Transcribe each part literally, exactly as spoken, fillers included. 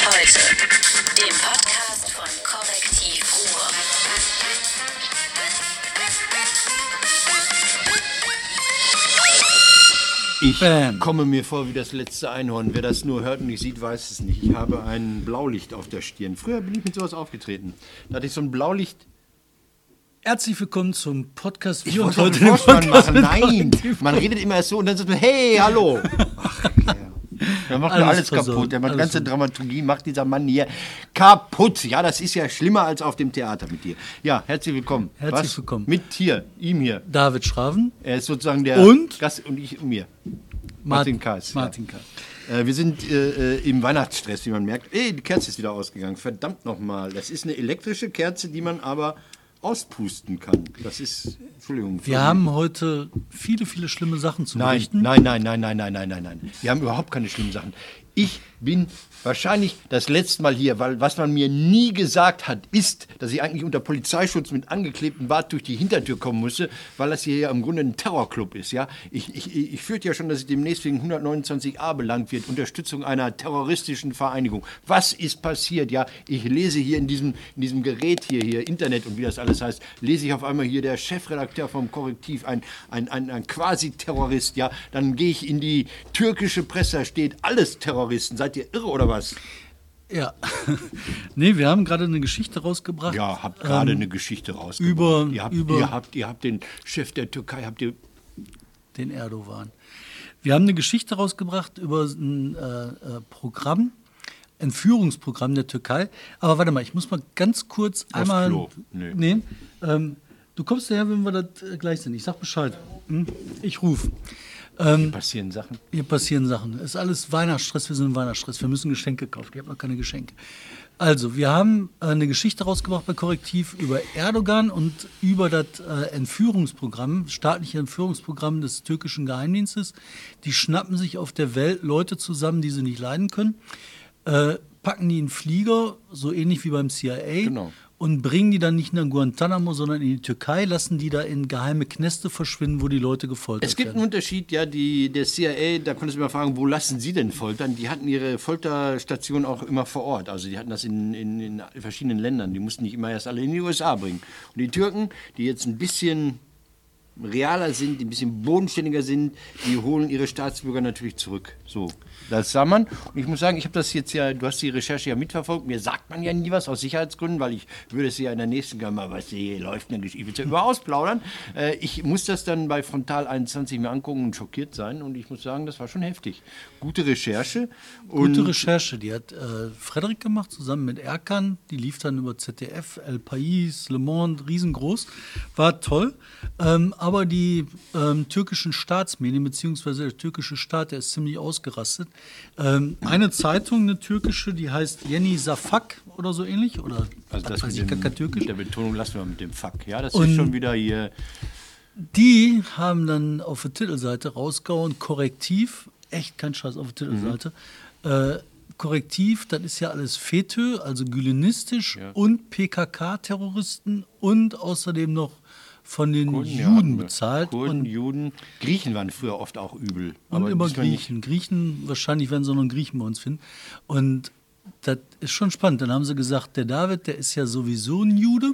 heute, dem Podcast von Korrektiv Ruhr. Ich Bam. komme mir vor wie das letzte Einhorn. Wer das nur hört und nicht sieht, weiß es nicht. Ich habe ein Blaulicht auf der Stirn. Früher bin ich mit sowas aufgetreten. Da hatte ich so ein Blaulicht. Herzlich willkommen zum Podcast. Ich wollte heute den Vorspann machen. Nein, man redet immer erst so und dann sagt man, hey, hallo. Ach, ja. Der macht mir alles, alles kaputt. Der macht ganze so. Dramaturgie, macht dieser Mann hier kaputt. Ja, das ist ja schlimmer als auf dem Theater mit dir. Ja, herzlich willkommen. Herzlich Was? willkommen. Mit hier, ihm hier. David Schraven. Er ist sozusagen der und? Gast und ich und mir. Martin, Martin Kaas. Martin Kaas. Ja. Äh, wir sind äh, im Weihnachtsstress, wie man merkt. Ey, die Kerze ist wieder ausgegangen. Verdammt nochmal. Das ist eine elektrische Kerze, die man aber auspusten kann. Das ist, Entschuldigung. Wir haben heute viele, viele schlimme Sachen zu berichten. Nein, nein, nein, nein, nein, nein, nein, nein. Wir haben überhaupt keine schlimmen Sachen. Ich bin wahrscheinlich das letzte Mal hier, weil was man mir nie gesagt hat, ist, dass ich eigentlich unter Polizeischutz mit angeklebtem Bart durch die Hintertür kommen musste, weil das hier ja im Grunde ein Terrorclub ist. Ja? Ich, ich, ich fürchte ja schon, dass ich demnächst wegen hundertneunundzwanzig a belangt wird, Unterstützung einer terroristischen Vereinigung. Was ist passiert? Ja, ich lese hier in diesem, in diesem Gerät hier, hier, Internet und wie das alles heißt, lese ich auf einmal hier der Chefredakteur vom Korrektiv, ein, ein, ein, ein Quasi-Terrorist. Ja? Dann gehe ich in die türkische Presse, da steht alles Terroristen. Seid ihr irre oder was? Ja. Nee, wir haben gerade eine Geschichte rausgebracht. Ja, habt gerade ähm, eine Geschichte rausgebracht. Über, ihr, habt, über ihr, habt, ihr habt den Chef der Türkei, habt ihr... Den Erdogan. Wir haben eine Geschichte rausgebracht über ein äh, äh, Programm, Entführungsprogramm der Türkei. Aber warte mal, ich muss mal ganz kurz Auf einmal... Klo. Nee. Nee, ähm, du kommst daher, wenn wir das äh, gleich sind. Ich sag Bescheid. Hm? Ich rufe. Ähm, hier passieren Sachen. Hier passieren Sachen. Es ist alles Weihnachtsstress, wir sind im Weihnachtsstress. Wir müssen Geschenke kaufen. Ich habe noch keine Geschenke. Also, wir haben äh, eine Geschichte rausgebracht bei Korrektiv über Erdogan und über das äh, Entführungsprogramm, staatliche Entführungsprogramm des türkischen Geheimdienstes. Die schnappen sich auf der Welt Leute zusammen, die sie nicht leiden können, äh, packen die in Flieger, so ähnlich wie beim C I A. Genau. Und bringen die dann nicht nach Guantanamo, sondern in die Türkei, lassen die da in geheime Kneste verschwinden, wo die Leute gefoltert werden. Es gibt werden. einen Unterschied, ja, die, der C I A, da konntest du mal fragen, wo lassen sie denn foltern? Die hatten ihre Folterstation auch immer vor Ort, also die hatten das in, in, in verschiedenen Ländern, die mussten nicht immer erst alle in die U S A bringen. Und die Türken, die jetzt ein bisschen realer sind, die ein bisschen bodenständiger sind, die holen ihre Staatsbürger natürlich zurück. So, das sah man. Und ich muss sagen, ich habe das jetzt ja, du hast die Recherche ja mitverfolgt, mir sagt man ja nie was aus Sicherheitsgründen, weil ich würde es ja in der nächsten Kammer, was hier läuft, eine Geschichte, ich will es ja über ausplaudern. Äh, ich muss das dann bei Frontal einundzwanzig mir angucken und schockiert sein und ich muss sagen, das war schon heftig. Gute Recherche. Und Gute Recherche, die hat äh, Frederik gemacht, zusammen mit Erkan, die lief dann über Z D F, El País, Le Monde, riesengroß, war toll. Ähm, aber die ähm, türkischen Staatsmedien, beziehungsweise der türkische Staat, der ist ziemlich ausgerastet. Ähm, eine Zeitung, eine türkische, die heißt Yeni Safak oder so ähnlich, oder also das weiß mit, ich, dem, türkisch. mit der Betonung lassen wir mit dem Fuck. Ja, das Und ist schon wieder hier... Die haben dann auf der Titelseite rausgehauen, Korrektiv, echt kein Scheiß auf der Titelseite, mhm. äh, Korrektiv, das ist ja alles FETÖ, also gülenistisch, ja. Und P K K-Terroristen und außerdem noch von den Kurden, Juden ja, bezahlt. Kurden, und Juden, Griechen waren früher oft auch übel. Und aber immer Griechen. Griechen, wahrscheinlich werden sie noch einen Griechen bei uns finden. Und das ist schon spannend. Dann haben sie gesagt, der David, der ist ja sowieso ein Jude.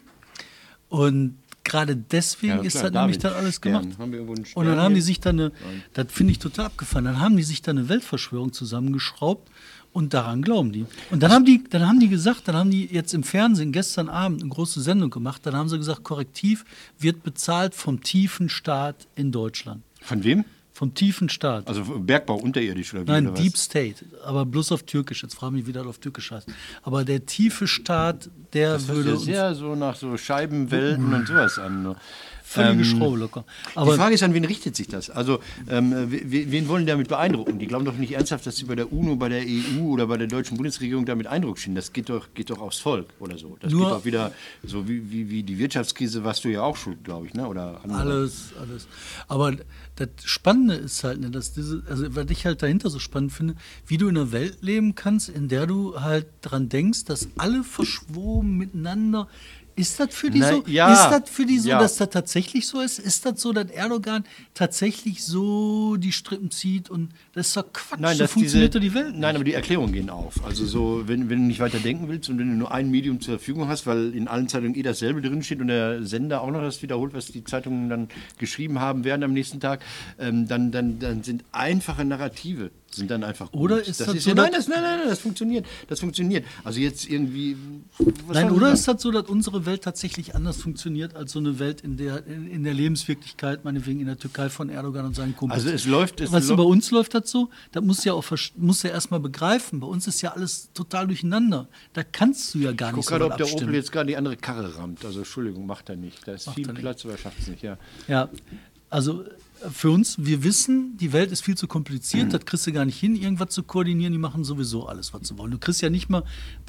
Und gerade deswegen ja, ist das nämlich dann alles gemacht. Haben wir und dann haben die sich dann eine, das finde ich total abgefahren, dann haben die sich dann eine Weltverschwörung zusammengeschraubt und daran glauben die. Und dann haben die, dann haben die gesagt, dann haben die jetzt im Fernsehen gestern Abend eine große Sendung gemacht, dann haben sie gesagt, Korrektiv wird bezahlt vom tiefen Staat in Deutschland. Von wem? Vom tiefen Staat. Also Bergbau unterirdisch oder wie? Nein, oder Deep was? State, aber bloß auf Türkisch. Jetzt frage ich mich, wie das auf Türkisch heißt. Aber der tiefe Staat, der das würde uns... Das sehr so nach so Scheibenwelten und sowas an. Völlige ähm, Schraube locker. Aber die Frage ist, an wen richtet sich das? Also, ähm, wen wollen die damit beeindrucken? Die glauben doch nicht ernsthaft, dass sie bei der UNO, bei der E U oder bei der deutschen Bundesregierung damit Eindruck schienen. Das geht doch, geht doch aufs Volk oder so. Das Nur geht doch wieder so wie, wie, wie die Wirtschaftskrise, warst du ja auch schuld, glaube ich, ne? Oder andere. Alles, alles. Aber das Spannende ist halt, ne, dass diese, also was ich halt dahinter so spannend finde, wie du in einer Welt leben kannst, in der du halt dran denkst, dass alle verschwoben miteinander Ist das für die Na, so, ja. ist das für die so, Ja. dass das tatsächlich so ist? Ist das so, dass Erdogan tatsächlich so die Strippen zieht und das ist doch Quatsch, Nein, so dass funktioniert diese, doch die Welt Nein, aber die Erklärungen gehen auf. Also so, wenn, wenn du nicht weiter denken willst und wenn du nur ein Medium zur Verfügung hast, weil in allen Zeitungen eh dasselbe drinsteht und der Sender auch noch das wiederholt, was die Zeitungen dann geschrieben haben werden am nächsten Tag, ähm, dann, dann, dann sind einfache Narrative sind dann einfach gut. Oder ist das ist so, ja, nein, dass- das, nein, nein, nein, das funktioniert. Das funktioniert. Also jetzt irgendwie. Was Nein, soll oder man ist das so, dass unsere Welt tatsächlich anders funktioniert als so eine Welt in der, in, in der Lebenswirklichkeit, meinetwegen in der Türkei von Erdogan und seinen Kumpels? Also es läuft- es Weißt du, läuft- bei uns läuft das so, da musst du ja auch vers- musst du ja erstmal begreifen. Bei uns ist ja alles total durcheinander. Da kannst du ja gar Ich nicht gucke gerade, so ob der abstimmen. Opel jetzt gerade die andere Karre rammt. Also Entschuldigung, macht er nicht. Da ist Macht viel er nicht. Platz, aber er schafft es nicht. Ja. Ja, also äh, für uns, wir wissen, die Welt ist viel zu kompliziert, das kriegst du gar nicht hin, irgendwas zu koordinieren, die machen sowieso alles, was sie wollen. Du kriegst ja nicht mal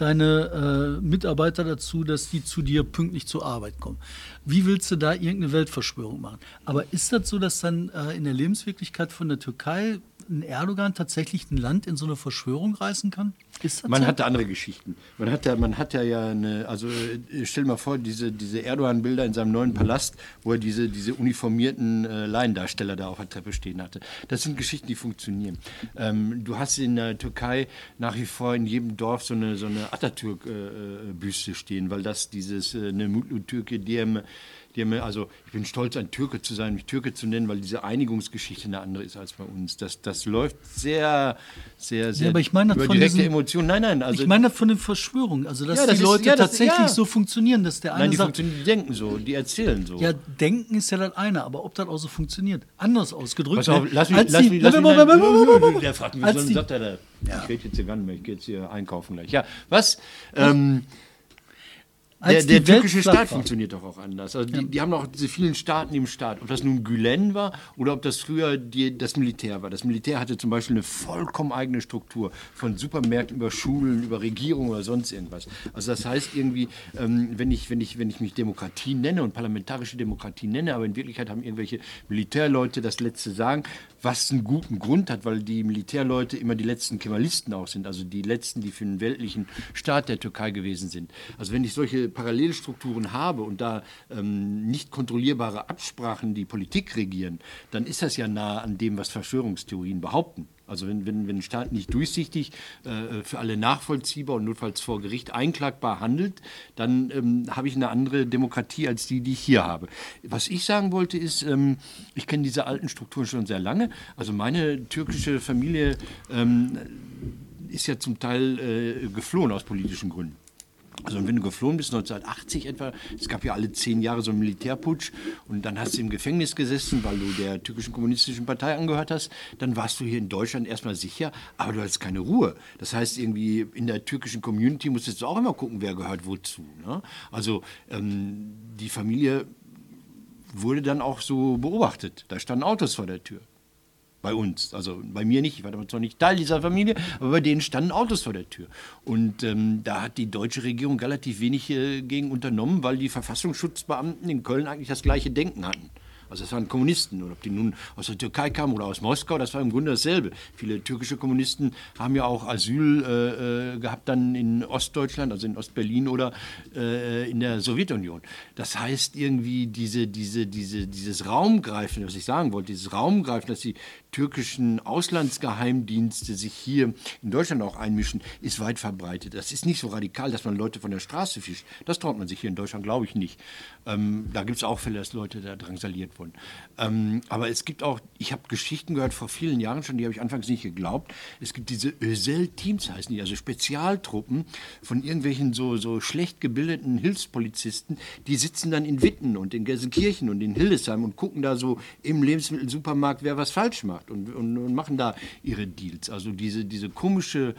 deine äh, Mitarbeiter dazu, dass die zu dir pünktlich zur Arbeit kommen. Wie willst du da irgendeine Weltverschwörung machen? Aber ist das so, dass dann äh, in der Lebenswirklichkeit von der Türkei ein Erdogan tatsächlich ein Land in so eine Verschwörung reißen kann? Ist das Man so? hat da andere Geschichten. Man hat ja, man hat ja, ja eine, also äh, stell dir mal vor, diese, diese Erdogan-Bilder in seinem neuen Palast, wo er diese, diese uniformierten äh, Laiendarsteller da auf der Treppe stehen hatte. Das sind Geschichten, die funktionieren. Ähm, du hast in der Türkei nach wie vor in jedem Dorf so eine, so eine Atatürk-Büste stehen, weil das dieses äh, eine Mutlu-Türke, die haben, die haben, also ich bin stolz, ein Türke zu sein, mich Türke zu nennen, weil diese Einigungsgeschichte eine andere ist als bei uns. Das, das läuft sehr, sehr, sehr Ja, aber ich meine das über von direkte diesen- Emotionen. Nein, nein, also Ich meine das von den Verschwörungen, also dass Ja, das die ist- Leute ja, das- tatsächlich ja. so funktionieren, dass der eine Nein, die, sagt, funktionieren, die denken so, die erzählen so. ja, denken ist ja das eine, aber ob das auch so funktioniert, anders ausgedrückt. Pass auf, ne? lass mich, Als lass die- mich, lass mich, Moment, Moment, Moment, Moment, nein, Moment. der fragt mich, Als was die- sagt er da? Ich rede jetzt hier gar nicht mehr, ich gehe jetzt hier einkaufen gleich. Ja, was? Ähm, Der, Als der die Welt türkische platt Staat war. funktioniert doch auch anders. Also die, die haben auch diese vielen Staaten im Staat. Ob das nun Gülen war oder ob das früher die, das Militär war. Das Militär hatte zum Beispiel eine vollkommen eigene Struktur. Von Supermärkten über Schulen, über Regierung oder sonst irgendwas. Also das heißt irgendwie, ähm, wenn, ich, wenn, ich, wenn ich mich Demokratie nenne und parlamentarische Demokratie nenne, aber in Wirklichkeit haben irgendwelche Militärleute das letzte Sagen, was einen guten Grund hat, weil die Militärleute immer die letzten Kemalisten auch sind, also die letzten, die für den weltlichen Staat der Türkei gewesen sind. Also wenn ich solche Parallelstrukturen habe und da ähm, nicht kontrollierbare Absprachen die Politik regieren, dann ist das ja nah an dem, was Verschwörungstheorien behaupten. Also wenn, wenn, wenn ein Staat nicht durchsichtig, äh, für alle nachvollziehbar und notfalls vor Gericht einklagbar handelt, dann ähm, habe ich eine andere Demokratie als die, die ich hier habe. Was ich sagen wollte ist, ähm, ich kenne diese alten Strukturen schon sehr lange. Also meine türkische Familie ähm, ist ja zum Teil äh, geflohen aus politischen Gründen. Also und wenn du geflohen bist, neunzehnhundertachtzig etwa, es gab ja alle zehn Jahre so einen Militärputsch und dann hast du im Gefängnis gesessen, weil du der türkischen kommunistischen Partei angehört hast, dann warst du hier in Deutschland erstmal sicher, aber du hattest keine Ruhe. Das heißt, irgendwie in der türkischen Community musstest du auch immer gucken, wer gehört wozu. Ne? Also ähm, die Familie wurde dann auch so beobachtet. Da standen Autos vor der Tür. Bei uns, also bei mir nicht, ich war damals noch nicht Teil dieser Familie, aber bei denen standen Autos vor der Tür. Und ähm, da hat die deutsche Regierung relativ wenig äh, gegen unternommen, weil die Verfassungsschutzbeamten in Köln eigentlich das gleiche Denken hatten. Also das waren Kommunisten, und ob die nun aus der Türkei kamen oder aus Moskau, das war im Grunde dasselbe. Viele türkische Kommunisten haben ja auch Asyl äh, gehabt dann in Ostdeutschland, also in Ostberlin oder äh, in der Sowjetunion. Das heißt irgendwie diese, diese, diese, dieses Raumgreifen, was ich sagen wollte, dieses Raumgreifen, dass die türkischen Auslandsgeheimdienste sich hier in Deutschland auch einmischen, ist weit verbreitet. Das ist nicht so radikal, dass man Leute von der Straße fischt. Das traut man sich hier in Deutschland, glaube ich, nicht. Ähm, da gibt es auch Fälle, dass Leute da drangsaliert wurden. Ähm, aber es gibt auch, ich habe Geschichten gehört vor vielen Jahren schon, die habe ich anfangs nicht geglaubt. Es gibt diese Özel-Teams, heißen die, also Spezialtruppen von irgendwelchen so, so schlecht gebildeten Hilfspolizisten, die sitzen dann in Witten und in Gelsenkirchen und in Hildesheim und gucken da so im Lebensmittelsupermarkt, wer was falsch macht und, und, und machen da ihre Deals. Also diese, diese komische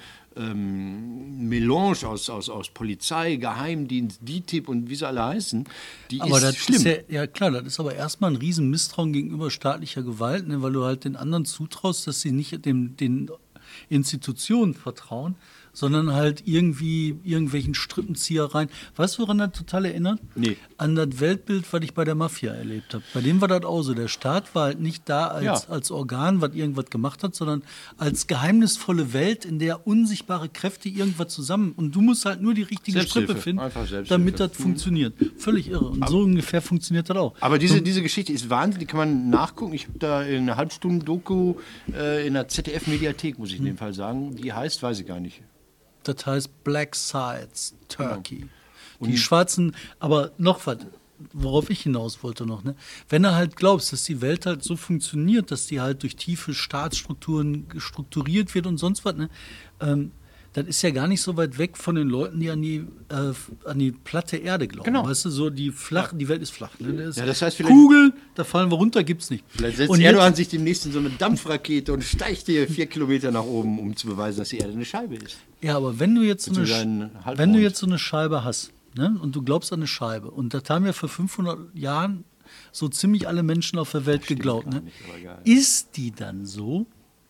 ähm, Melange aus, aus, aus Polizei, Geheimdienst, D T I P und wie sie alle heißen, die Aber ist das schlimm. ist ja, ja klar, das ist aber erstmal ein riesen Misstrauen gegenüber staatlicher Gewalt, ne, weil du halt den anderen zutraust, dass sie nicht dem, den Institutionen vertrauen, sondern halt irgendwie irgendwelchen Strippenziehereien. Weißt du, woran das total erinnert? Nee. An das Weltbild, was ich bei der Mafia erlebt habe. Bei dem war das auch so. Der Staat war halt nicht da als, Ja. als Organ, was irgendwas gemacht hat, sondern als geheimnisvolle Welt, in der unsichtbare Kräfte irgendwas zusammen. Und du musst halt nur die richtige Selbsthilfe. Strippe finden, Einfach Selbsthilfe. damit das funktioniert. Völlig irre. Und so ungefähr funktioniert das auch. Aber diese, diese Geschichte ist Wahnsinn, die kann man nachgucken. Ich habe da eine Halbstunden-Doku äh, in der Z D F-Mediathek, muss ich in dem Fall sagen. Die heißt, weiß ich gar nicht. Das heißt Black Sides Turkey. Genau. Die Schwarzen, aber noch was, worauf ich hinaus wollte noch, ne? Wenn du halt glaubst, dass die Welt halt so funktioniert, dass die halt durch tiefe Staatsstrukturen strukturiert wird und sonst was, ne? Ähm, das ist ja gar nicht so weit weg von den Leuten, die an die, äh, an die platte Erde glauben. Genau. Weißt du, so die flach, die Welt ist flach. Ne? Das ist Ja, das heißt vielleicht- Kugel, da fallen wir runter, gibt's nicht. Vielleicht setzt Und Erdogan jetzt- sich demnächst in so eine Dampfrakete und steigt hier vier Kilometer nach oben, um zu beweisen, dass die Erde eine Scheibe ist. Ja, aber wenn du jetzt so eine, Beziehungsweise ein Sch- Halbrond. wenn du jetzt so eine Scheibe hast, ne, und du glaubst an eine Scheibe, und das haben ja vor fünfhundert Jahren so ziemlich alle Menschen auf der Welt geglaubt, gar ne? nicht, aber egal. Ist die dann so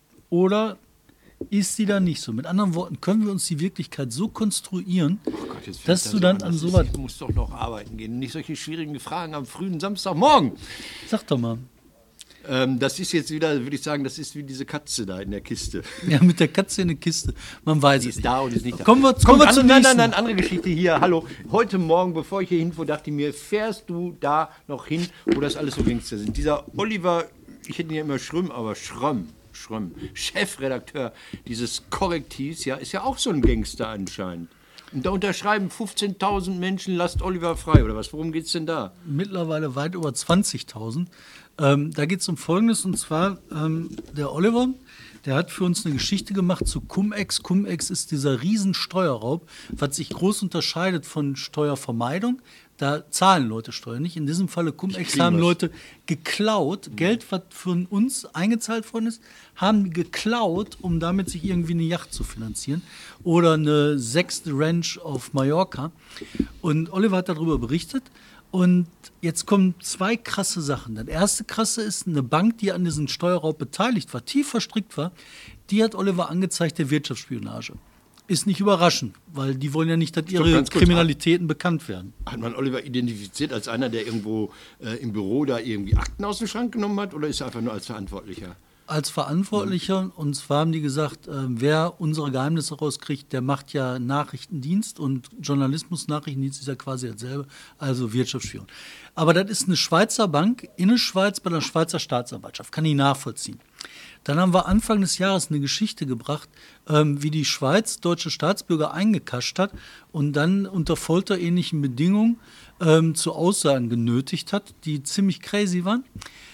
oder ist die dann nicht so? Mit anderen Worten, können wir uns die Wirklichkeit so konstruieren, Oh Gott, jetzt fängt dass das du so dann an, an das sowas... ist- Ich muss doch noch arbeiten gehen. Nicht solche schwierigen Fragen am frühen Samstagmorgen. Sag doch mal. Ähm, das ist jetzt wieder, würde ich sagen, das ist wie diese Katze da in der Kiste. Ja, mit der Katze in der Kiste. Man weiß Die es ist da und ist nicht da. Kommen wir, Kommt kommen wir an, zur nein, nächsten. nein, nein, andere Geschichte hier. Hallo, heute Morgen, bevor ich hier hinfuhr, dachte ich mir, fährst du da noch hin, wo das alles so Gangster sind? Dieser Oliver, ich hätte ihn ja immer Schröm, aber Schröm, Schröm, Chefredakteur dieses Korrektivs, ja, ist ja auch so ein Gangster anscheinend. Und da unterschreiben fünfzehntausend Menschen, lasst Oliver frei, oder was? Worum geht's denn da? Mittlerweile weit über zwanzigtausend. Ähm, da geht es um Folgendes, und zwar ähm, der Oliver, der hat für uns eine Geschichte gemacht zu Cum-Ex. Cum-Ex ist dieser Riesensteuerraub, was sich groß unterscheidet von Steuervermeidung. Da zahlen Leute Steuern nicht. In diesem Falle Cum-Ex kriegen haben was. Leute geklaut, Geld, was von uns eingezahlt worden ist, haben geklaut, um damit sich irgendwie eine Yacht zu finanzieren oder eine sechste Ranch auf Mallorca. Und Oliver hat darüber berichtet. Und jetzt kommen zwei krasse Sachen. Das erste krasse ist, eine Bank, die an diesem Steuerraub beteiligt war, tief verstrickt war, die hat Oliver angezeigt der Wirtschaftsspionage. Ist nicht überraschend, weil die wollen ja nicht, dass ihre ganz kurz, Kriminalitäten bekannt werden. Hat man Oliver identifiziert als einer, der irgendwo äh, im Büro da irgendwie Akten aus dem Schrank genommen hat, oder ist er einfach nur als Verantwortlicher? Als Verantwortlicher, und zwar haben die gesagt, äh, wer unsere Geheimnisse rauskriegt, der macht ja Nachrichtendienst, und Journalismus, Nachrichtendienst ist ja quasi dasselbe, also Wirtschaftsspion. Aber das ist eine Schweizer Bank in der Schweiz bei der Schweizer Staatsanwaltschaft, kann ich nachvollziehen. Dann haben wir Anfang des Jahres eine Geschichte gebracht, ähm, wie die Schweiz deutsche Staatsbürger eingekascht hat und dann unter folterähnlichen Bedingungen ähm, zu Aussagen genötigt hat, die ziemlich crazy waren.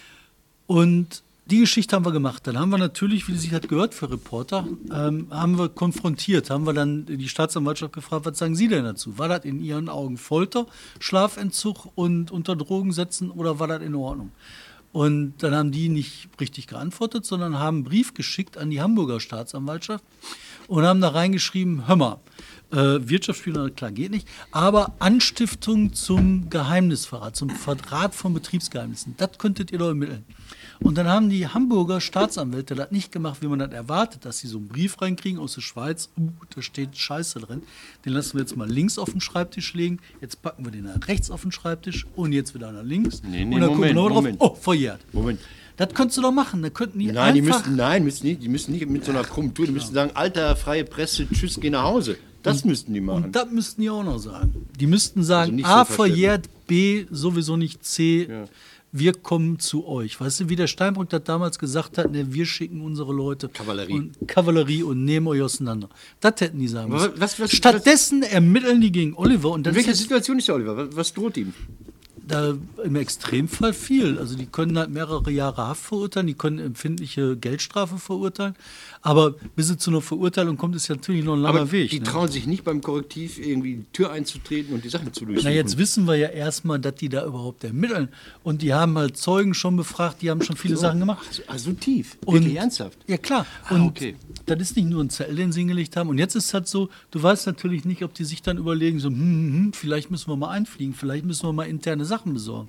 Und die Geschichte haben wir gemacht. Dann haben wir natürlich, wie sich das gehört für Reporter, ähm, haben wir konfrontiert, haben wir dann die Staatsanwaltschaft gefragt, was sagen Sie denn dazu? War das in Ihren Augen Folter, Schlafentzug und unter Drogen setzen, oder war das in Ordnung? Und dann haben die nicht richtig geantwortet, sondern haben einen Brief geschickt an die Hamburger Staatsanwaltschaft und haben da reingeschrieben, hör mal, äh, Wirtschaftsspionage, klar, geht nicht, aber Anstiftung zum Geheimnisverrat, zum Verrat von Betriebsgeheimnissen, das könntet ihr doch ermitteln. Und dann haben die Hamburger Staatsanwälte das nicht gemacht, wie man das erwartet, dass sie so einen Brief reinkriegen aus der Schweiz, uh, da steht Scheiße drin, den lassen wir jetzt mal links auf den Schreibtisch legen, jetzt packen wir den nach rechts auf den Schreibtisch und jetzt wieder nach links. Nee, nee, und dann Moment, gucken wir noch drauf, Moment. oh, verjährt. Moment. Das könntest du doch machen, da könnten die Nein, die einfach... müssten, nein, müssen nicht, die müssen nicht mit so einer krummen Tour, die müssen sagen, alter, freie Presse, tschüss, geh nach Hause. Das müssten die machen. Und das müssten die auch noch sagen. Die müssten sagen, Also nicht A, so verständlich. verjährt, B, sowieso nicht, C, Ja. wir kommen zu euch. Weißt du, wie der Steinbrück das damals gesagt hat, ne, wir schicken unsere Leute Kavallerie. und Kavallerie und nehmen euch auseinander. Das hätten die sagen Aber müssen. was- was- Stattdessen ermitteln die gegen Oliver. Und In das welcher ist Situation ist der Oliver? Was, was droht ihm? da im Extremfall viel. Also die können halt mehrere Jahre Haft verurteilen, die können empfindliche Geldstrafe verurteilen. Aber bis es zu einer Verurteilung kommt, ist ja natürlich noch ein langer Aber Weg. die ne? trauen sich nicht beim Korrektiv irgendwie die Tür einzutreten und die Sachen zu durchsuchen. Na, jetzt wissen wir ja erstmal, dass die da überhaupt ermitteln. Und die haben halt Zeugen schon befragt, die haben schon viele Sachen gemacht. Also, also tief, Und- wirklich ernsthaft. Ja, klar. Ah, Und okay. das ist nicht nur ein Zettel, den sie hingelegt haben. Und jetzt ist es halt so, du weißt natürlich nicht, ob die sich dann überlegen, so, hm, hm, hm, vielleicht müssen wir mal einfliegen, vielleicht müssen wir mal interne Sachen besorgen.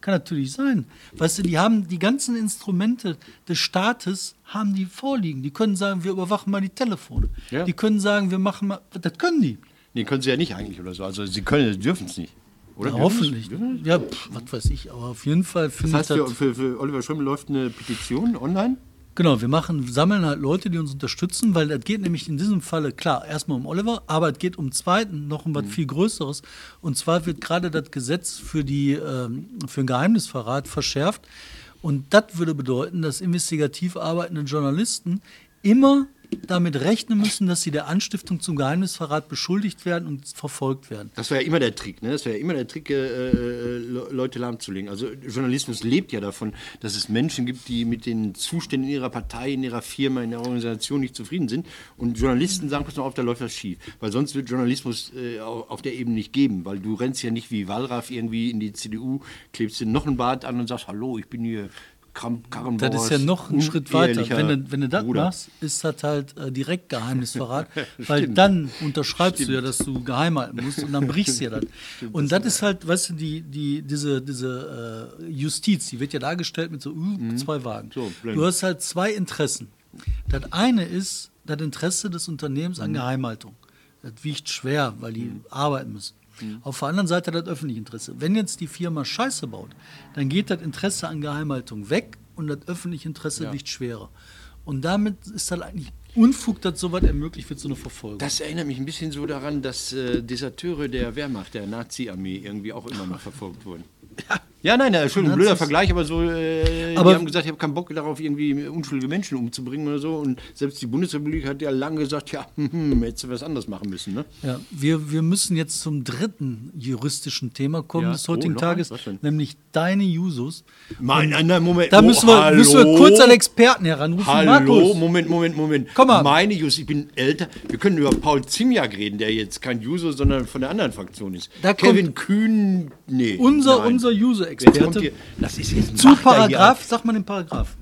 Kann natürlich sein. Weißt du, die haben die ganzen Instrumente des Staates, haben die vorliegen. Die können sagen, wir überwachen mal die Telefone. Ja. Die können sagen, wir machen mal, das können die. Nee, können sie ja nicht eigentlich oder so. Also sie können, dürfen es nicht. Oder? Ja, Dürfen hoffentlich. sie- dürfen sie? Ja, pff, was weiß ich, aber auf jeden Fall Das finde heißt, ich für, das... für, für Oliver Schirm läuft eine Petition online? Genau, wir machen, sammeln halt Leute, die uns unterstützen, weil es geht nämlich in diesem Falle, klar, erstmal um Oliver, aber es geht um zweiten noch um was viel Größeres. Und zwar wird gerade das Gesetz für, die, ähm, für den Geheimnisverrat verschärft. Und das würde bedeuten, dass investigativ arbeitende Journalisten immer damit rechnen müssen, dass sie der Anstiftung zum Geheimnisverrat beschuldigt werden und verfolgt werden. Das war ja immer der Trick, ne? Das war ja immer der Trick, äh, äh, Le- Leute lahmzulegen. Also Journalismus lebt ja davon, dass es Menschen gibt, die mit den Zuständen in ihrer Partei, in ihrer Firma, in ihrer Organisation nicht zufrieden sind. Und Journalisten sagen, pass mal auf, da läuft was schief. Weil sonst wird Journalismus äh, au- auf der Ebene nicht geben. Weil du rennst ja nicht wie Wallraff irgendwie in die C D U, klebst dir noch ein Bart an und sagst, hallo, ich bin hier Kramp Karrenbauers Das ist ja noch ein Schritt weiter. unehelicher Wenn du, wenn du das Bruder. machst, ist das halt äh, direkt Geheimnisverrat, weil dann unterschreibst du ja, dass du geheim halten musst und dann brichst du ja das. Und das ist halt, weißt du, die, die, diese, diese äh, Justiz, die wird ja dargestellt mit so uh, zwei Wagen. So, blend. du hast halt zwei Interessen. Das eine ist das Interesse des Unternehmens an Geheimhaltung. Das wiegt schwer, weil die arbeiten müssen. Auf der anderen Seite das öffentliche Interesse. Wenn jetzt die Firma Scheiße baut, dann geht das Interesse an Geheimhaltung weg und das öffentliche Interesse wiegt schwerer. Und damit ist dann eigentlich Unfug, dass sowas ermöglicht wird, so eine Verfolgung. Das erinnert mich ein bisschen so daran, dass äh, Deserteure der Wehrmacht, der Nazi-Armee, irgendwie auch immer noch verfolgt wurden. Ja, nein, nein, schon ein blöder Nazis- Vergleich, aber so, äh, Aber- die haben gesagt, ich habe keinen Bock darauf, irgendwie unschuldige Menschen umzubringen oder so. Und selbst die Bundesrepublik hat ja lange gesagt, ja, hm, hm, hättest du was anderes machen müssen, ne? Ja, wir, wir müssen jetzt zum dritten juristischen Thema kommen Ja. des heutigen Oh, noch Tages, eins? Was denn? nämlich deine Jusos. Nein, nein, nein, Moment. Da Oh, müssen wir, hallo? müssen wir kurz einen Experten heranrufen. Hallo, Markus. Moment, Moment, Moment. Komm mal. Meine Jus, ich bin älter. Wir können über Paul Zimiak reden, der jetzt kein Juso, sondern von der anderen Fraktion ist. Da Kevin Kühn, nee. Unser, nein. unser Jetzt kommt User-Experte hier, das ist jetzt zu macht er hier Paragraph, sag mal den Paragraph.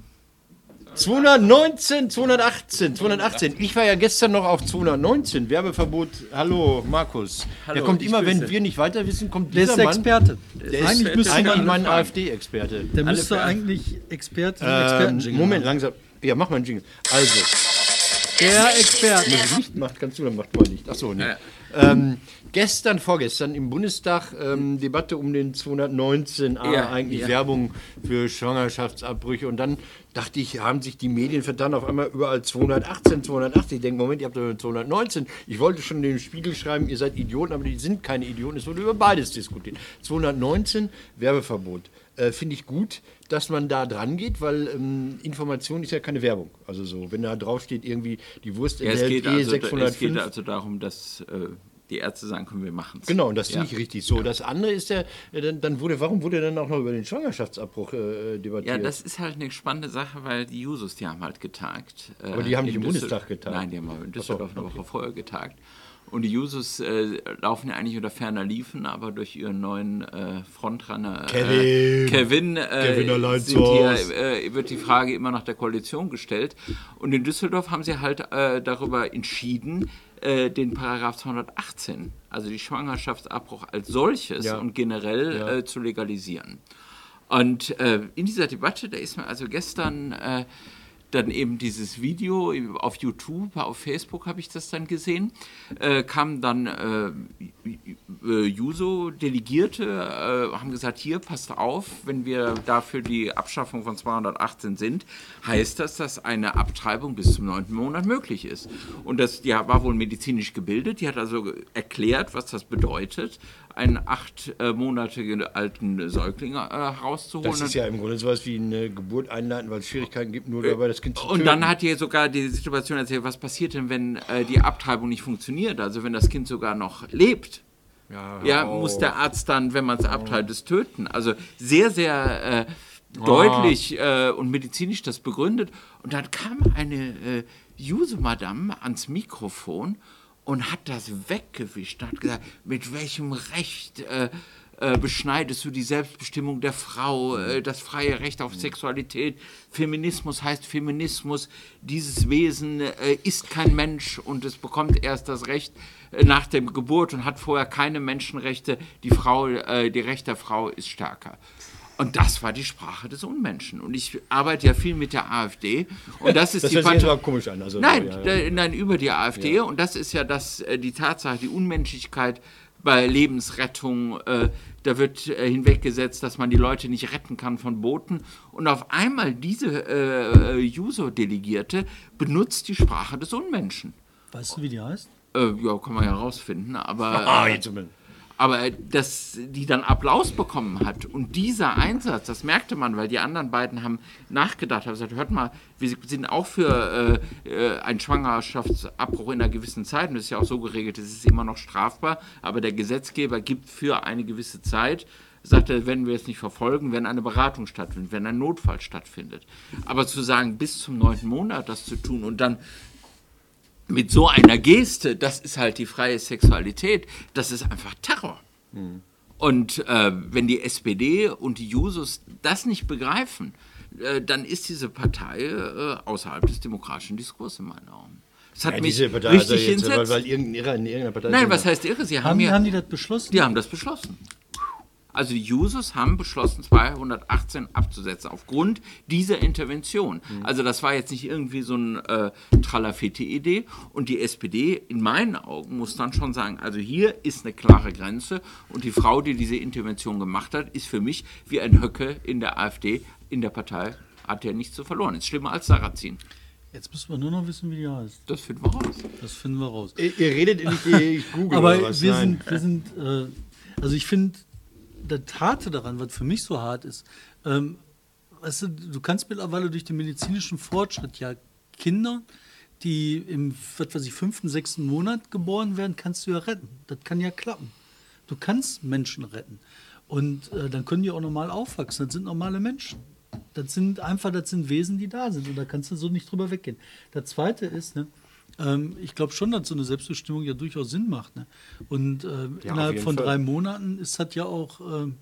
zweihundertneunzehn, zweihundertachtzehn, zweihundertachtzehn. Ich war ja gestern noch auf zweihundertneunzehn. Werbeverbot. Hallo, Markus. Hallo, der kommt ich immer, wenn grüße. wir nicht weiter wissen, kommt Der dieser ist der Mann. Experte. Der ist eigentlich müsste eigentlich man, mein fragen. AfD-Experte. der alle müsste Fragen. eigentlich Experte, Ähm, Experten Moment, langsam. Ja, mach mal einen Jingle. Also, Der Experte. wenn du Licht macht, kannst du, dann macht Paul Licht. Achso, nee. Ja. Ähm, gestern, vorgestern im Bundestag ähm, Debatte um den zweihundertneunzehn A, Ja, eigentlich ja. Werbung für Schwangerschaftsabbrüche. Und dann dachte ich, haben sich die Medien vertan, auf einmal überall zweihundertachtzehn, zweihundertachtzig. Ich denke, Moment, ihr habt doch zweihundertneunzehn. Ich wollte schon in den Spiegel schreiben, ihr seid Idioten, aber die sind keine Idioten. Es wurde über beides diskutiert. zweihundertneunzehn, Werbeverbot. Äh, Finde ich gut, dass man da dran geht, weil ähm, Information ist ja keine Werbung. Also so, wenn da drauf steht irgendwie, die Wurst Ja, es, enthält geht eh also, es sechshundertfünf. geht also darum, dass äh, die Ärzte sagen, können wir machen es. Genau, und das finde ja. ich richtig so. Das andere ist ja, äh, dann, dann wurde, warum wurde dann auch noch über den Schwangerschaftsabbruch äh, debattiert? Ja, das ist halt eine spannende Sache, weil die Jusos, die haben halt getagt. äh, Aber die haben nicht in im Düssel- Bundestag getagt. Nein, die haben aber in Düsseldorf Ach so, eine Woche vorher getagt. Und die Jusos äh, laufen ja eigentlich unter ferner Liefen, aber durch ihren neuen äh, Frontrunner Kevin. äh, Kevin, äh, Kevin allein sind zu hier, Haus. äh, wird die Frage immer nach der Koalition gestellt. Und in Düsseldorf haben sie halt äh, darüber entschieden, äh, den Paragraph zweihundertachtzehn, also die Schwangerschaftsabbruch als solches Ja. und generell Ja. äh, zu legalisieren. Und äh, in dieser Debatte, da ist mir also gestern äh, dann eben dieses Video auf YouTube, auf Facebook habe ich das dann gesehen, äh, kamen dann äh, äh, Juso-Delegierte, äh, haben gesagt, hier, passt auf, wenn wir dafür die Abschaffung von zweihundertachtzehn sind, heißt das, dass eine Abtreibung bis zum neunten Monat möglich ist. Und das, die war wohl medizinisch gebildet, die hat also erklärt, was das bedeutet, einen acht äh, Monate alten Säugling äh, herauszuholen. Das ist ja im Grunde sowas wie eine Geburt einleiten, weil es Schwierigkeiten gibt, nur dabei das Kind zu töten. Und dann hat ihr sogar die Situation erzählt, was passiert denn, wenn äh, die Abtreibung nicht funktioniert, also wenn das Kind sogar noch lebt. Ja, Ja, oh. muss der Arzt dann, wenn man es abtreibt, es töten. Also sehr, sehr äh, deutlich äh, und medizinisch das begründet. Und dann kam eine äh, Juso-Madame ans Mikrofon und hat das weggewischt, hat gesagt, mit welchem Recht äh, äh, beschneidest du die Selbstbestimmung der Frau, äh, das freie Recht auf Sexualität, Feminismus heißt Feminismus, dieses Wesen äh, ist kein Mensch und es bekommt erst das Recht äh, nach der Geburt und hat vorher keine Menschenrechte, die Frau, äh, die Rechte der Frau ist stärker. Und das war die Sprache des Unmenschen. Und ich arbeite ja viel mit der AfD. Und das ist Das die hört sich Partei- jetzt aber komisch an. Also, Nein, ja, ja. da- nein, über die AfD. Und das ist ja das, äh, die Tatsache, die Unmenschlichkeit bei Lebensrettung. Äh, da wird äh, hinweggesetzt, dass man die Leute nicht retten kann von Booten. Und auf einmal diese äh, Juso-Delegierte benutzt die Sprache des Unmenschen. Weißt du, wie die heißt? Äh, ja, kann man ja rausfinden. Aber, Ah, äh, jetzt sind wir- aber dass die dann Applaus bekommen hat und dieser Einsatz, das merkte man, weil die anderen beiden haben nachgedacht, haben gesagt, hört mal, wir sind auch für äh, äh, einen Schwangerschaftsabbruch in einer gewissen Zeit und das ist ja auch so geregelt, es ist immer noch strafbar, aber der Gesetzgeber gibt für eine gewisse Zeit, sagt er, wenn wir es nicht verfolgen, wenn eine Beratung stattfindet, wenn ein Notfall stattfindet. Aber zu sagen, bis zum neunten Monat das zu tun und dann mit so einer Geste, das ist halt die freie Sexualität, das ist einfach Terror. Mhm. Und äh, wenn die S P D und die Jusos das nicht begreifen, äh, dann ist diese Partei äh, außerhalb des demokratischen Diskurses in meinen Augen. Das hat Ja, mich diese Partei, richtig also jetzt, weil, entsetzt. weil irgendein Irrer in irgendeiner Partei Nein, sind. was heißt irre? Sie haben, Haben, ja, haben die das beschlossen? die haben das beschlossen. Also die Jusos haben beschlossen, zweihundertachtzehn abzusetzen, aufgrund dieser Intervention. Mhm. Also das war jetzt nicht irgendwie so eine äh, Tralafitti-Idee. Und die S P D, in meinen Augen, muss dann schon sagen, also hier ist eine klare Grenze. Und die Frau, die diese Intervention gemacht hat, ist für mich wie ein Höcke in der AfD, in der Partei, hat ja nichts zu verloren. Ist schlimmer als Sarrazin. Jetzt müssen wir nur noch wissen, wie die heißt. Das finden wir raus. Das finden wir raus. Ihr, ihr redet nicht, ich google Aber oder was? wir Nein. sind, wir sind äh, also ich finde, das Harte daran, was für mich so hart ist, ähm, weißt du, du kannst mittlerweile durch den medizinischen Fortschritt ja Kinder, die im, was weiß ich, fünften, sechsten Monat geboren werden, kannst du ja retten. Das kann ja klappen. Du kannst Menschen retten. Und äh, dann können die auch normal aufwachsen. Das sind normale Menschen. Das sind einfach, das sind Wesen, die da sind. Und da kannst du so nicht drüber weggehen. Das Zweite ist, ne, ähm, ich glaube schon, dass so eine Selbstbestimmung ja durchaus Sinn macht. Ne? Und äh, Ja, innerhalb auf von jeden drei Fall. Monaten ist das ja auch äh,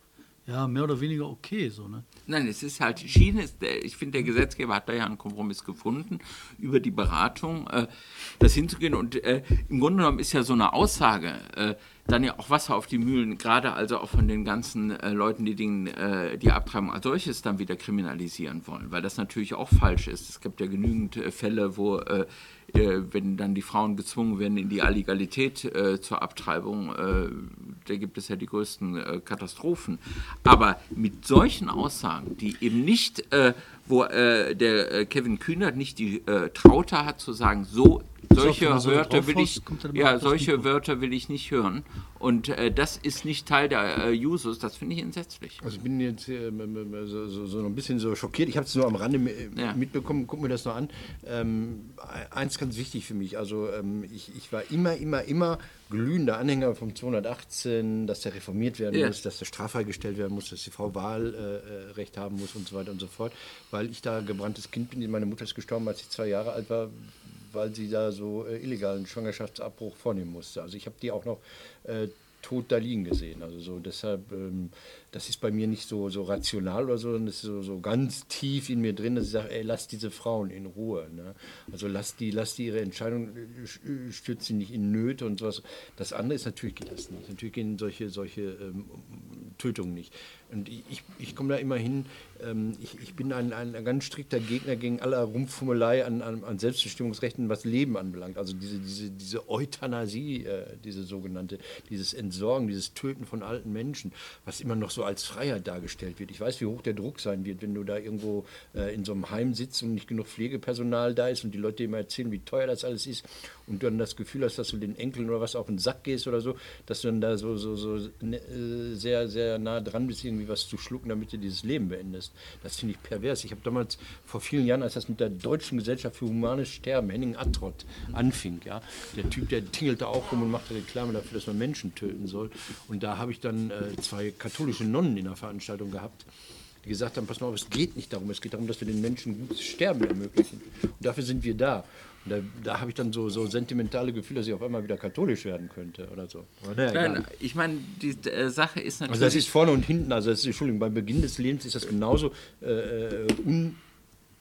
ja, mehr oder weniger okay. So, ne? Nein, es ist halt, Schiene ist, der, ich finde, der Gesetzgeber hat da ja einen Kompromiss gefunden, über die Beratung äh, das hinzugehen. Und äh, im Grunde genommen ist ja so eine Aussage äh, dann ja auch Wasser auf die Mühlen, gerade also auch von den ganzen äh, Leuten, die den, äh, die Abtreibung als solches dann wieder kriminalisieren wollen, weil das natürlich auch falsch ist. Es gibt ja genügend äh, Fälle, wo äh, äh, wenn dann die Frauen gezwungen werden in die Illegalität äh, zur Abtreibung, äh, da gibt es ja die größten äh, Katastrophen. Aber mit solchen Aussagen, die eben nicht, äh, wo äh, der äh, Kevin Kühnert nicht die äh, Traute hat zu sagen, so solche wenn du so Wörter drauf will ich, haust, kommt dann immer ja, das solche Mikro. Wörter will ich nicht hören. Und äh, das ist nicht Teil der äh, Jusos. Das finde ich entsetzlich. Also ich bin jetzt äh, so, so, so ein bisschen so schockiert. Ich habe es nur am Rande äh, Ja. mitbekommen. Guck mir das noch an. Ähm, eins ganz wichtig für mich. Also ähm, ich, ich war immer, immer, immer glühender Anhänger vom zweihundertachtzehn, dass der reformiert werden Ja. muss, dass der straffrei gestellt werden muss, dass die Frau Wahlrecht äh, haben muss und so weiter und so fort. Weil ich da gebranntes Kind bin. Meine Mutter ist gestorben, als ich zwei Jahre alt war, weil sie da so äh, illegalen Schwangerschaftsabbruch vornehmen musste. Also ich habe die auch noch äh, tot da liegen gesehen. Also so deshalb, ähm, das ist bei mir nicht so, so rational oder so, sondern das ist so, so ganz tief in mir drin, dass ich sage, ey, lass diese Frauen in Ruhe. Ne? Also lass die, lass die ihre Entscheidung, äh, stürzt sie nicht in Nöte und sowas. Das andere ist, natürlich geht das nicht. Natürlich gehen solche, solche ähm, Tötungen nicht. Und ich, ich, ich komme da immer hin, ähm, ich, ich bin ein, ein ganz strikter Gegner gegen aller Rumpfummelei an, an, an Selbstbestimmungsrechten, was Leben anbelangt. Also diese, diese, diese Euthanasie, äh, diese sogenannte, dieses Entsorgen, dieses Töten von alten Menschen, was immer noch so als Freiheit dargestellt wird. Ich weiß, wie hoch der Druck sein wird, wenn du da irgendwo äh, in so einem Heim sitzt und nicht genug Pflegepersonal da ist und die Leute dir immer erzählen, wie teuer das alles ist und du dann das Gefühl hast, dass du den Enkeln oder was auf den Sack gehst oder so, dass du dann da so, so, so ne, äh, sehr, sehr nah dran bist, irgendwie was zu schlucken, damit du dieses Leben beendest. Das finde ich pervers. Ich habe damals vor vielen Jahren, als das mit der Deutschen Gesellschaft für humanes Sterben, Henning Attrott, anfing, ja, der Typ, der tingelte auch rum und machte Reklame dafür, dass man Menschen töten soll. Und da habe ich dann äh, zwei katholische Nonnen in der Veranstaltung gehabt, die gesagt haben, pass mal auf, es geht nicht darum, es geht darum, dass wir den Menschen gutes Sterben ermöglichen. Und dafür sind wir da. Und da, da habe ich dann so, so sentimentale Gefühle, dass ich auf einmal wieder katholisch werden könnte oder so. Aber naja, egal. Nein, ich meine, die äh, Sache ist natürlich... Also das ist vorne und hinten, also das ist, Entschuldigung, beim Beginn des Lebens ist das genauso äh, un,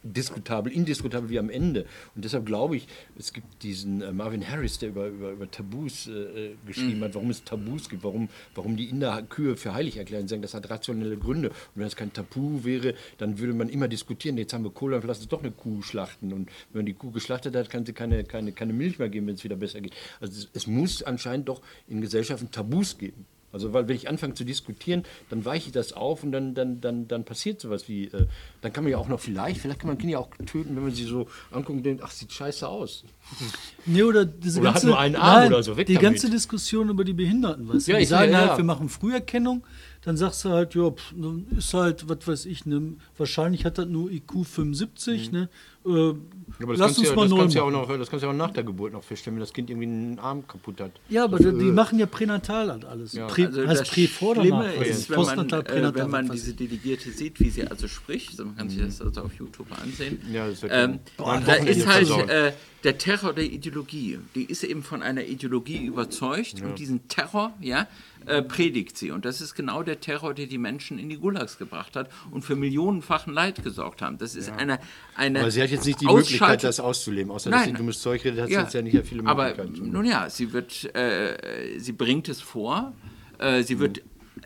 diskutabel, indiskutabel wie am Ende. Und deshalb glaube ich, es gibt diesen äh, Marvin Harris, der über, über, über Tabus äh, geschrieben mhm. hat, warum es Tabus gibt, warum, warum die Inder Kühe für heilig erklären, sagen, das hat rationelle Gründe. Und wenn das kein Tabu wäre, dann würde man immer diskutieren, jetzt haben wir Kohle, dann lass uns doch eine Kuh schlachten. Und wenn man die Kuh geschlachtet hat, kann sie keine, keine, keine Milch mehr geben, wenn es wieder besser geht. Also es, es muss anscheinend doch in Gesellschaften Tabus geben. Also weil wenn ich anfange zu diskutieren, dann weiche ich das auf und dann, dann, dann, dann passiert sowas wie, äh, dann kann man ja auch noch vielleicht, vielleicht kann man Kinder ja auch töten, wenn man sie so anguckt und denkt, ach, sieht scheiße aus. Nee, oder diese oder ganze, hat nur einen Arm nein, oder so, weg die damit. ganze Diskussion über die Behinderten, weißt du? Ja, Die ich- sagen ja, halt, ja. wir machen Früherkennung, dann sagst du halt, ja, pff, dann ist halt, was weiß ich, ne, wahrscheinlich hat das nur I Q fünfundsiebzig, Mhm. ne? Äh, Aber das lass kannst, du uns ja, mal das, neu kannst du ja auch machen. noch, das kannst du ja auch nach der Geburt noch feststellen, wenn das Kind irgendwie einen Arm kaputt hat. Ja, aber Also, die äh, machen ja pränatal halt alles. Ja. Prä, Also heißt das Prä vor oder Schlimme nach? Was ist, wenn man, Postnatal, äh, pränatal, wenn man was weiß diese ich. Delegierte sieht, wie sie also spricht, also man kann sich das also auf YouTube ansehen, Ja, das wird ähm, Boah, ein da Wochenende ist halt versauen. äh, der Terror der Ideologie. Die ist eben von einer Ideologie überzeugt und diesen Terror, ja, äh, predigt sie. Und das ist genau der Terror, der die Menschen in die Gulags gebracht hat und für millionenfachen Leid gesorgt haben. Das ist eine, eine Aber sie hat jetzt nicht die Möglichkeit, Ausschaltung- das auszuleben. Außer dass Nein. sie dummes Zeug redet, hat sie jetzt ja nicht viele aber Möglichkeiten. nun ja, sie wird, äh, sie bringt es vor, äh, sie wird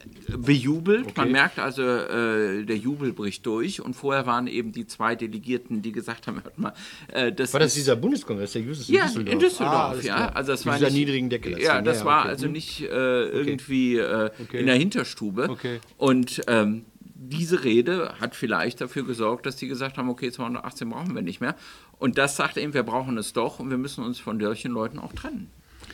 bejubelt, man Okay. merkt also, äh, der Jubel bricht durch und vorher waren eben die zwei Delegierten, die gesagt haben, hört mal, äh, das War das ist, dieser Bundeskongress, der Justus ja, in Düsseldorf? in Düsseldorf, Ah, alles ja. klar. Also das Mit war dieser nicht, niedrigen Decke. Ja, das war okay. also nicht äh, irgendwie äh, Okay. in der Hinterstube. Okay. Und ähm, diese Rede hat vielleicht dafür gesorgt, dass die gesagt haben, okay, zweihundertachtzehn brauchen wir nicht mehr. Und das sagt eben, wir brauchen es doch und wir müssen uns von solchen Leuten auch trennen.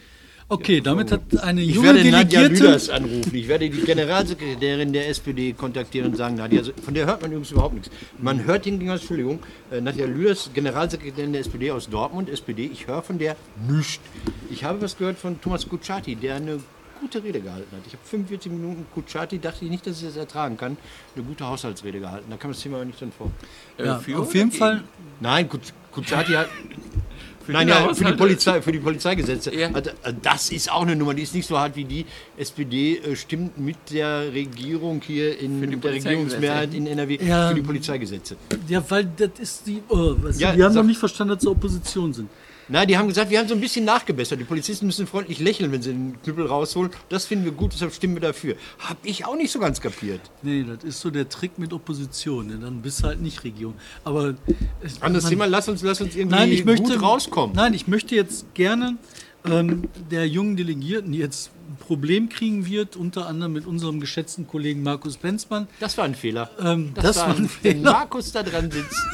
Okay, damit hat eine Ich junge werde Nadja Delegierte... Lüders anrufen. Ich werde die Generalsekretärin der S P D kontaktieren und sagen, Nadja, also von der hört man übrigens überhaupt nichts. Man hört hingegen, Entschuldigung, äh, Nadja Lüders, Generalsekretärin der S P D aus Dortmund, S P D, ich höre von der nichts. Ich habe was gehört von Thomas Kutschaty, der eine gute Rede gehalten hat. Ich habe fünfundvierzig Minuten Kutschaty, dachte ich nicht, dass ich das ertragen kann, eine gute Haushaltsrede gehalten. Da kam das Thema aber nicht drin vor. Ja, Für auf oder jeden gegen? Fall... Nein, Kut- Kutschaty hat... Für Nein, die ja, für die, Haushalte- Polizei, für die Polizeigesetze. Ja. Also, äh, das ist auch eine Nummer, die ist nicht so hart wie die. S P D äh, stimmt mit der Regierung hier, in Für die mit der Polizeigesetze. Regierungsmehrheit in N R W Ja. für die Polizeigesetze. Ja, weil das ist die... Oh, weißt du, Ja, die haben sag- noch nicht verstanden, dass sie Opposition sind. Na, die haben gesagt, wir haben so ein bisschen nachgebessert. Die Polizisten müssen freundlich lächeln, wenn sie den Knüppel rausholen. Das finden wir gut, deshalb stimmen wir dafür. Hab ich auch nicht so ganz kapiert. Nee, das ist so der Trick mit Opposition. Ne? Dann bist du halt nicht Regierung. Aber... es- Anderes man- Thema, lass uns, lass uns irgendwie Nein, ich möchte, gut rauskommen. Nein, ich möchte jetzt gerne ähm, der jungen Delegierten, die jetzt ein Problem kriegen wird, unter anderem mit unserem geschätzten Kollegen Markus Benzmann. Das war ein Fehler. Ähm, das war ein Wenn Fehler. Markus da dran sitzt.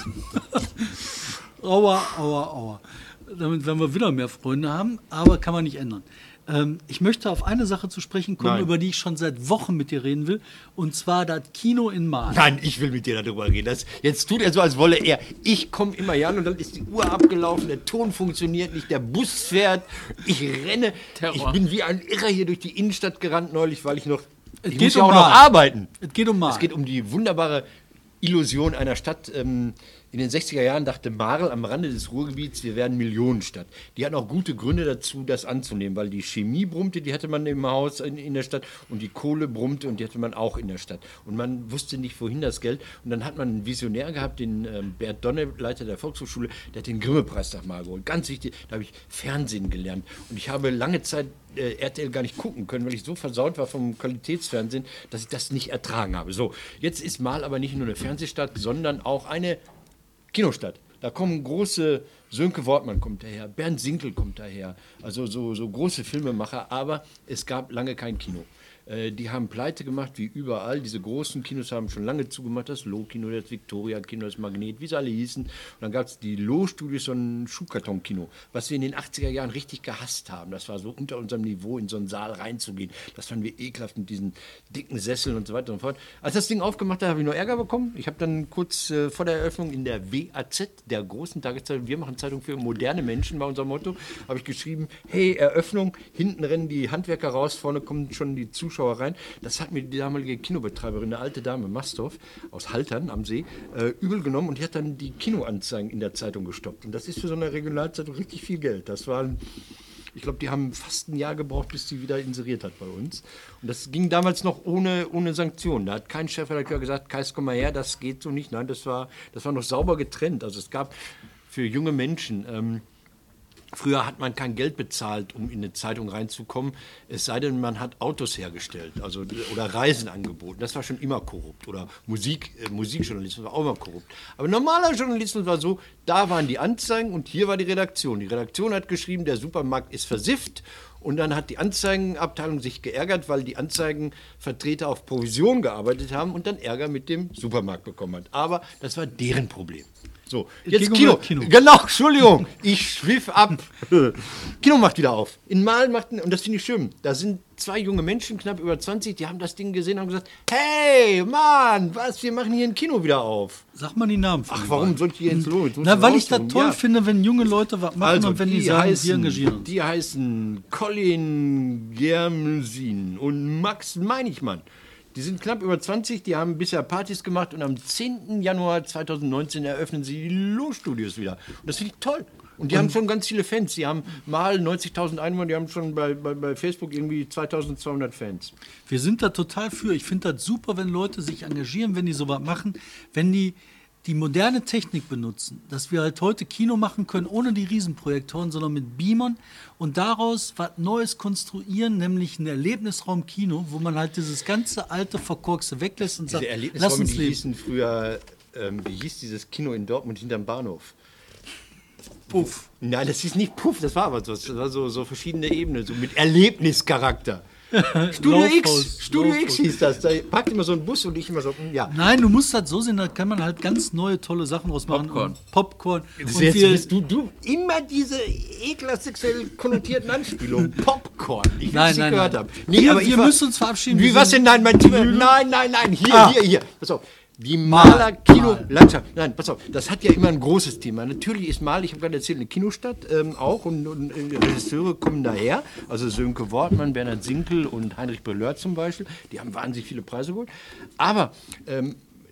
Aua, aua, aua. Damit werden wir wieder mehr Freunde haben, aber kann man nicht ändern. Ähm, ich möchte auf eine Sache zu sprechen kommen, Nein. über die ich schon seit Wochen mit dir reden will, und zwar das Kino in Mahl. Nein, ich will mit dir darüber reden. Das, jetzt tut er so, als wolle er. Ich komme immer hier an und dann ist die Uhr abgelaufen, der Ton funktioniert nicht, der Bus fährt, ich renne. Terror. Ich bin wie ein Irrer hier durch die Innenstadt gerannt neulich, weil ich noch, Es ich geht muss ja um auch noch Mahl. arbeiten. Es geht um Mahl. Es geht um die wunderbare Illusion einer Stadt. Ähm, in den sechziger Jahren dachte Marl am Rande des Ruhrgebiets, wir werden Millionenstadt. Die hatten auch gute Gründe dazu, das anzunehmen, weil die Chemie brummte, die hatte man im Haus in, in der Stadt, und die Kohle brummte und die hatte man auch in der Stadt. Und man wusste nicht, wohin das Geld. Und dann hat man einen Visionär gehabt, den ähm, Bert Donne, Leiter der Volkshochschule, der hat den Grimme-Preis nach Marl geholt. Ganz wichtig, da habe ich Fernsehen gelernt. Und ich habe lange Zeit äh, R T L gar nicht gucken können, weil ich so versaut war vom Qualitätsfernsehen, dass ich das nicht ertragen habe. So, jetzt ist Marl aber nicht nur eine Fernsehstadt, sondern auch eine Kinostadt. Da kommen große, Sönke Wortmann kommt daher, Bernd Sinkel kommt daher, also so, so große Filmemacher, aber es gab lange kein Kino. Äh, die haben Pleite gemacht, wie überall. Diese großen Kinos haben schon lange zugemacht, das Loh-Kino, das Victoria-Kino, das Magnet, wie sie alle hießen. Und dann gab es die Loh-Studios, so ein Schuhkarton-Kino, was wir in den achtziger Jahren richtig gehasst haben. Das war so unter unserem Niveau, in so einen Saal reinzugehen. Das fanden wir ekelhaft mit diesen dicken Sesseln und so weiter und so fort. Als das Ding aufgemacht hat, habe ich noch Ärger bekommen. Ich habe dann kurz äh, vor der Eröffnung in der W A Z, der großen Tageszeitung, wir machen Zeitung für moderne Menschen, war unser Motto, habe ich geschrieben, hey, Eröffnung, hinten rennen die Handwerker raus, vorne kommen schon die Zuschauer rein. Das hat mir die damalige Kinobetreiberin, eine alte Dame, Mastorf, aus Haltern am See, äh, übel genommen, und die hat dann die Kinoanzeigen in der Zeitung gestoppt. Und das ist für so eine Regionalzeitung richtig viel Geld. Das waren... Ich glaube, die haben fast ein Jahr gebraucht, bis sie wieder inseriert hat bei uns. Und das ging damals noch ohne, ohne Sanktionen. Da hat kein Chefredakteur gesagt, Kais, komm mal her, das geht so nicht. Nein, das war, das war noch sauber getrennt. Also es gab für junge Menschen... Ähm, Früher hat man kein Geld bezahlt, um in eine Zeitung reinzukommen, es sei denn, man hat Autos hergestellt, also, oder Reisen angeboten. Das war schon immer korrupt. Oder Musik, äh, Musikjournalismus war auch immer korrupt. Aber normaler Journalismus war so, da waren die Anzeigen und hier war die Redaktion. Die Redaktion hat geschrieben, der Supermarkt ist versifft. Und dann hat die Anzeigenabteilung sich geärgert, weil die Anzeigenvertreter auf Provision gearbeitet haben und dann Ärger mit dem Supermarkt bekommen hat. Aber das war deren Problem. So, jetzt Kino. Kino. Genau, Entschuldigung, ich schliff ab. Kino macht wieder auf. In Mal macht, und das finde ich schön, da sind zwei junge Menschen, knapp über zwanzig, die haben das Ding gesehen und haben gesagt, hey, Mann, was, wir machen hier ein Kino wieder auf. Sag mal die Namen. Ach, warum soll ich hier ins Lohn? Na, weil ich das toll ja. finde, wenn junge Leute was machen also, und wenn die, die sagen, heißen, wir engagieren uns. Die heißen Colin Germesin und Max Meinigmann. Die sind knapp über zwanzig, die haben bisher Partys gemacht und am zehnten Januar zweitausendneunzehn eröffnen sie die Loh-Studios wieder. Und das finde ich toll. Und die und haben schon ganz viele Fans. Die haben mal neunzigtausend Einwohner, die haben schon bei, bei, bei Facebook irgendwie zweitausendzweihundert Fans. Wir sind da total für. Ich finde das super, wenn Leute sich engagieren, wenn die sowas machen, wenn die die moderne Technik benutzen, dass wir halt heute Kino machen können, ohne die Riesenprojektoren, sondern mit Beamern und daraus was Neues konstruieren, nämlich ein Erlebnisraum Kino, wo man halt dieses ganze alte Verkorkste weglässt und sagt, lass uns die leben. Hießen früher, ähm, wie hieß dieses Kino in Dortmund hinterm Bahnhof? Puff. Nein, das hieß nicht Puff, das war aber so, das war so, so verschiedene Ebenen, so mit Erlebnischarakter. Studio X, Studio X hieß das. Da packt immer so ein Bus und ich immer so, ja. Nein, du musst das so sehen, da kann man halt ganz neue, tolle Sachen draus machen. Popcorn. Und Popcorn. Und jetzt wir, bist du, du immer diese ekelhaft sexuell konnotierten Anspielungen. Popcorn. Ich nein, sie nein, gehört nein. habe. Nee, wir aber wir war, müssen uns verabschieden. Wie, was denn? Nein, mein Thema. Nein, nein, nein. Hier, Ah. hier, hier. Pass auf. Die Maler, Kino, Mal. Landschaft. Nein, pass auf, das hat ja immer ein großes Thema. Natürlich ist Mal, ich habe gerade erzählt, eine Kinostadt ähm, auch und, und äh, Regisseure kommen daher. Also Sönke Wortmann, Bernhard Sinkel und Heinrich Brelleur zum Beispiel. Die haben wahnsinnig viele Preise geholt. Aber ähm,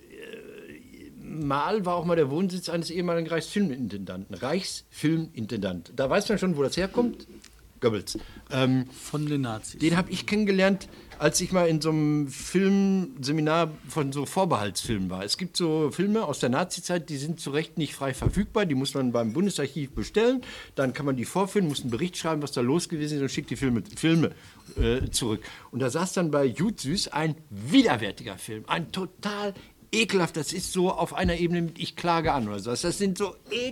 äh, Mal war auch mal der Wohnsitz eines ehemaligen Reichsfilmintendanten. Reichsfilmintendant. Da weiß man schon, wo das herkommt. Goebbels. Ähm, Von den Nazis. den habe ich kennengelernt, als ich mal in so einem Filmseminar von so Vorbehaltsfilmen war. Es gibt so Filme aus der Nazizeit, die sind zu Recht nicht frei verfügbar. Die muss man beim Bundesarchiv bestellen. Dann kann man die vorführen, muss einen Bericht schreiben, was da los gewesen ist und schickt die Filme, Filme äh, zurück. Und da saß dann bei Jud Süß ein widerwärtiger Film. Ein total ekelhaft, das ist so auf einer Ebene mit Ich klage an oder sowas. Das sind so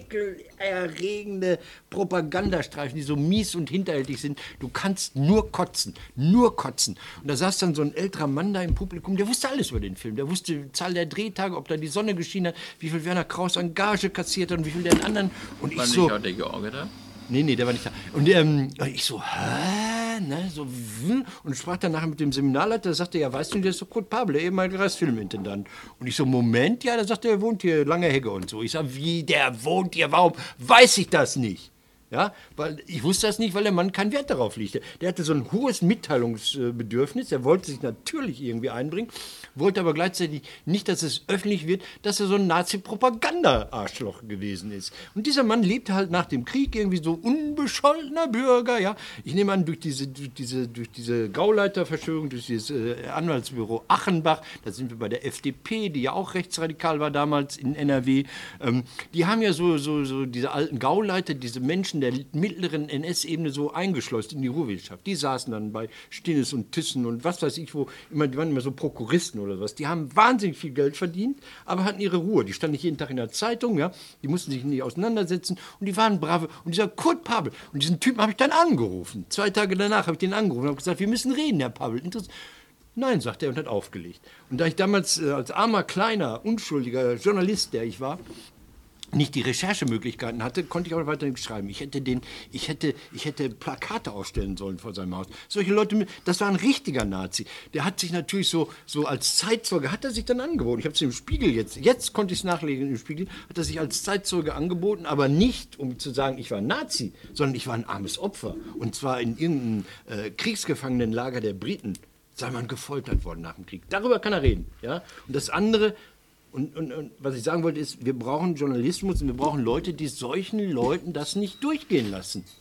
ekelerregende Propagandastreifen, die so mies und hinterhältig sind. Du kannst nur kotzen, nur kotzen. Und da saß dann so ein älterer Mann da im Publikum, der wusste alles über den Film. Der wusste die Zahl der Drehtage, ob da die Sonne geschienen hat, wie viel Werner Kraus an Gage kassiert hat und wie viel der in anderen. Und ich War so, nicht auch der George da? Nee, nee, der war nicht da. Und ähm, ich so, hä? Ne, so, hm? Und sprach dann nachher mit dem Seminarleiter, der sagte, ja, weißt du, der ist so Kurt Pabel, der ehemalige Reichsfilmintendant. Und ich so, Moment, ja, der sagte, er wohnt hier, Lange Hegge und so. Ich sag, wie, der wohnt hier, warum weiß ich das nicht? Ja, weil ich wusste das nicht, weil der Mann keinen Wert darauf legte. Der hatte so ein hohes Mitteilungsbedürfnis, der wollte sich natürlich irgendwie einbringen, wollte aber gleichzeitig nicht, dass es öffentlich wird, dass er so ein Nazi-Propaganda-Arschloch gewesen ist. Und dieser Mann lebte halt nach dem Krieg irgendwie so unbescholtener Bürger, ja. Ich nehme an, durch diese, durch diese, durch diese Gauleiterverschwörung, durch dieses äh, Anwaltsbüro Achenbach, da sind wir bei der F D P, die ja auch rechtsradikal war damals in N R W, ähm, die haben ja so, so, so diese alten Gauleiter, diese Menschen der mittleren N S-Ebene so eingeschleust in die Ruhrwirtschaft. Die saßen dann bei Stinnes und Thyssen und was weiß ich wo, immer, die waren immer so Prokuristen oder was. Die haben wahnsinnig viel Geld verdient, aber hatten ihre Ruhe. Die standen nicht jeden Tag in der Zeitung, ja, die mussten sich nicht auseinandersetzen und die waren brave. Und dieser Kurt Pabel, und diesen Typen habe ich dann angerufen. Zwei Tage danach habe ich den angerufen und habe gesagt, wir müssen reden, Herr Pabel. Interess- Nein, sagt er und hat aufgelegt. Und da ich damals äh, als armer, kleiner, unschuldiger Journalist, der ich war, nicht die Recherchemöglichkeiten hatte, konnte ich auch weiter nichts schreiben. Ich hätte, den, ich, hätte, ich hätte Plakate ausstellen sollen vor seinem Haus. Solche Leute, das war ein richtiger Nazi. Der hat sich natürlich so, so als Zeitzeuge, hat er sich dann angeboten. Ich habe es im Spiegel jetzt, jetzt konnte ich es nachlesen im Spiegel, hat er sich als Zeitzeuge angeboten, aber nicht, um zu sagen, ich war Nazi, sondern ich war ein armes Opfer. Und zwar in irgendeinem äh, Kriegsgefangenenlager der Briten sei man gefoltert worden nach dem Krieg. Darüber kann er reden. Ja? Und das andere... Und, und, und was ich sagen wollte ist, wir brauchen Journalismus und wir brauchen Leute, die solchen Leuten das nicht durchgehen lassen.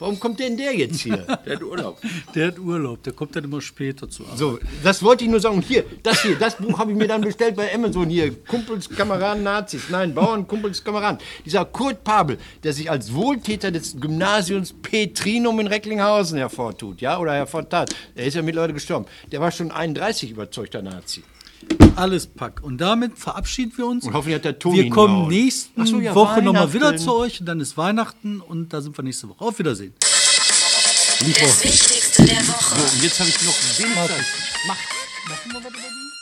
Warum kommt denn der jetzt hier? Der hat Urlaub. Der hat Urlaub, der kommt dann immer später zu Arbeit. So, das wollte ich nur sagen. Hier, das hier, das Buch habe ich mir dann bestellt bei Amazon hier. Kumpels, Kameraden, Nazis. Nein, Bauern, Kumpels, Kameraden. Dieser Kurt Pabel, der sich als Wohltäter des Gymnasiums Petrinum in Recklinghausen hervortut, ja, oder hervortat. Der ist ja mittlerweile gestorben. Der war schon einunddreißig überzeugter Nazi. Alles Pack. Und damit verabschieden wir uns. Und hoffentlich hat der Toni Wir kommen hingehauen. nächsten Ach so, ja, Woche nochmal Weihnachten. wieder zu euch und dann ist Weihnachten und da sind wir nächste Woche. Auf Wiedersehen. Das Wichtigste der Woche. So, und jetzt habe ich noch wenig Zeit. Mach. Machen wir was über die?